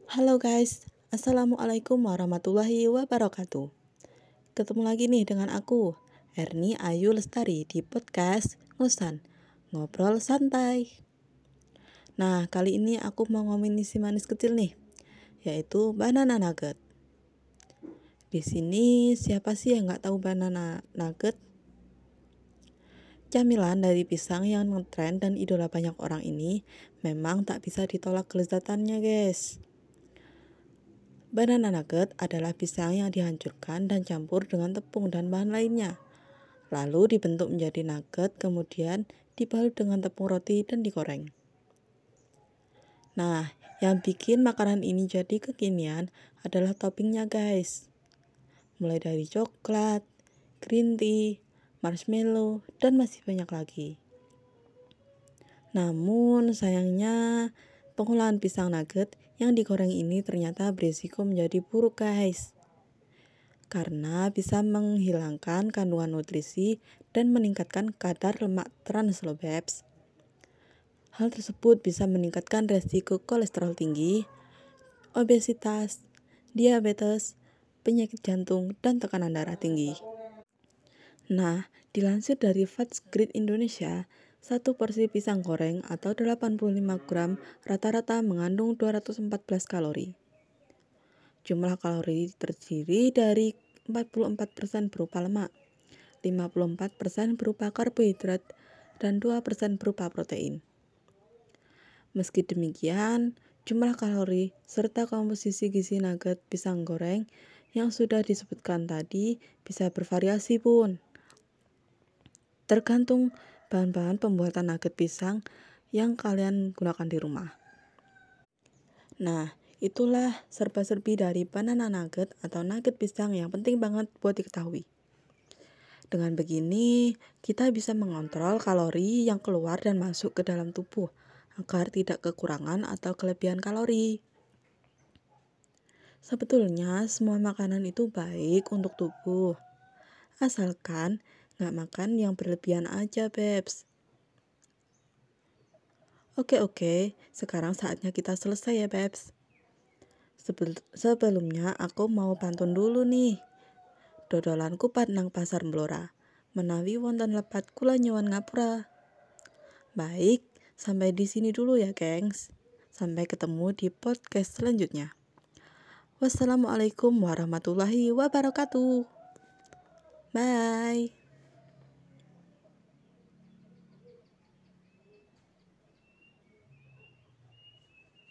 Halo guys, Assalamualaikum warahmatullahi wabarakatuh. Ketemu lagi nih dengan aku, Erni Ayu Lestari di podcast Ngusan, Ngobrol Santai. Nah, kali ini aku mau ngomongin si manis kecil nih, yaitu banana nugget. Di sini siapa sih yang nggak tahu banana nugget? Camilan dari pisang yang ngetren dan idola banyak orang ini memang tak bisa ditolak kelezatannya guys. Banana nugget adalah pisang yang dihancurkan dan campur dengan tepung dan bahan lainnya. Lalu dibentuk menjadi nugget, kemudian dibalut dengan tepung roti dan digoreng. Nah, yang bikin makanan ini jadi kekinian adalah toppingnya guys. Mulai dari coklat, green tea, marshmallow, dan masih banyak lagi. Namun sayangnya pengolahan pisang nugget yang digoreng ini ternyata berisiko menjadi buruk guys. Karena bisa menghilangkan kandungan nutrisi dan meningkatkan kadar lemak trans loh Babs. Hal tersebut bisa meningkatkan resiko kolesterol tinggi, obesitas, diabetes, penyakit jantung, dan tekanan darah tinggi. Nah, dilansir dari Fast Grid Indonesia, satu porsi pisang goreng atau 85 gram rata-rata mengandung 214 kalori. Jumlah kalori terdiri dari 44% berupa lemak, 54% berupa karbohidrat, dan 2% berupa protein. Meski demikian, jumlah kalori serta komposisi gizi nugget pisang goreng yang sudah disebutkan tadi bisa bervariasi pun. Tergantung bahan-bahan pembuatan nugget pisang yang kalian gunakan di rumah. Nah, itulah serba-serbi dari banana nugget atau nugget pisang yang penting banget buat diketahui. Dengan begini, kita bisa mengontrol kalori yang keluar dan masuk ke dalam tubuh agar tidak kekurangan atau kelebihan kalori. Sebetulnya semua makanan itu baik untuk tubuh, asalkan nggak makan yang berlebihan aja, Babs. Oke, sekarang saatnya kita selesai ya, Babs. Sebelumnya aku mau pantun dulu nih. Dodolan kupat nang pasar Blora, menawi wonten lepat kula nyuwun ngapura. Baik, sampai di sini dulu ya, gengs. Sampai ketemu di podcast selanjutnya. Wassalamualaikum warahmatullahi wabarakatuh. Bye.